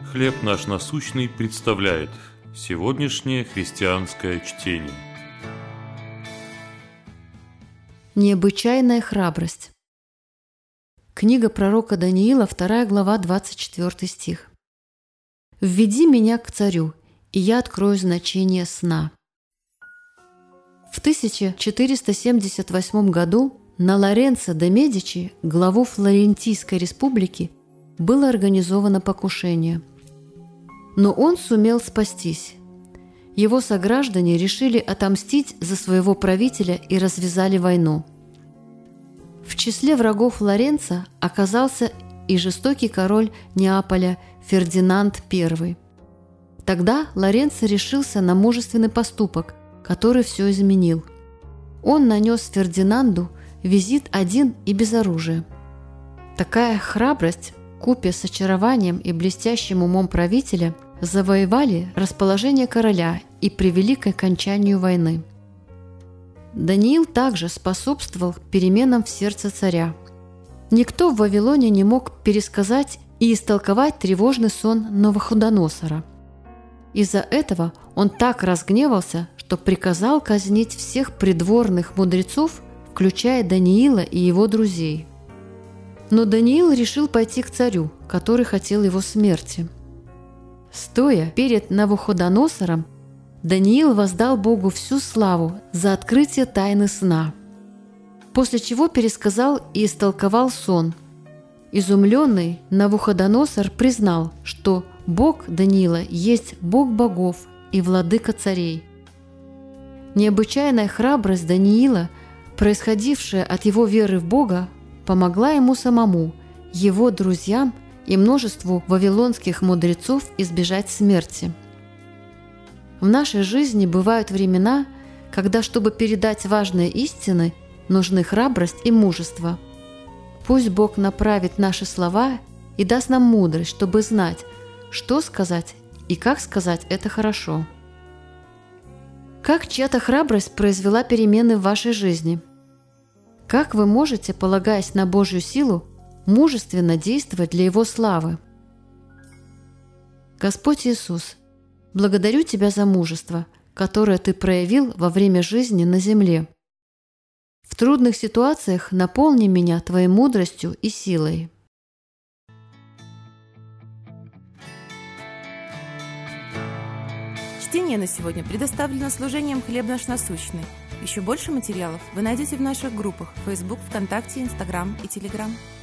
«Хлеб наш насущный» представляет сегодняшнее христианское чтение. Необычайная храбрость. Книга пророка Даниила, 2 глава, 24 стих. «Введи меня к царю, и я открою значение сна». В 1478 году на Лоренцо де Медичи, главу Флорентийской республики, было организовано покушение. Но он сумел спастись. Его сограждане решили отомстить за своего правителя и развязали войну. В числе врагов Лоренцо оказался и жестокий король Неаполя Фердинанд I. Тогда Лоренцо решился на мужественный поступок, который все изменил. Он нанес Фердинанду визит один и без оружия. Такая храбрость, вкупе с очарованием и блестящим умом правителя, завоевали расположение короля и привели к окончанию войны. Даниил также способствовал переменам в сердце царя. Никто в Вавилоне не мог пересказать и истолковать тревожный сон Навуходоносора. Из-за этого он так разгневался, что приказал казнить всех придворных мудрецов, включая Даниила и его друзей. Но Даниил решил пойти к царю, который хотел его смерти. Стоя перед Навуходоносором, Даниил воздал Богу всю славу за открытие тайны сна, после чего пересказал и истолковал сон. Изумленный Навуходоносор признал, что Бог Даниила есть Бог богов и владыка царей. Необычайная храбрость Даниила, происходившая от его веры в Бога, помогла ему самому, его друзьям и множеству вавилонских мудрецов избежать смерти. В нашей жизни бывают времена, когда, чтобы передать важные истины, нужны храбрость и мужество. Пусть Бог направит наши слова и даст нам мудрость, чтобы знать, что сказать и как сказать это хорошо. Как чья-то храбрость произвела перемены в вашей жизни? Как вы можете, полагаясь на Божью силу, мужественно действовать для Его славы? Господь Иисус, благодарю Тебя за мужество, которое Ты проявил во время жизни на земле. В трудных ситуациях наполни меня Твоей мудростью и силой. Чтение на сегодня предоставлено служением «Хлеб наш насущный». Еще больше материалов вы найдете в наших группах Facebook, ВКонтакте, Instagram и Telegram.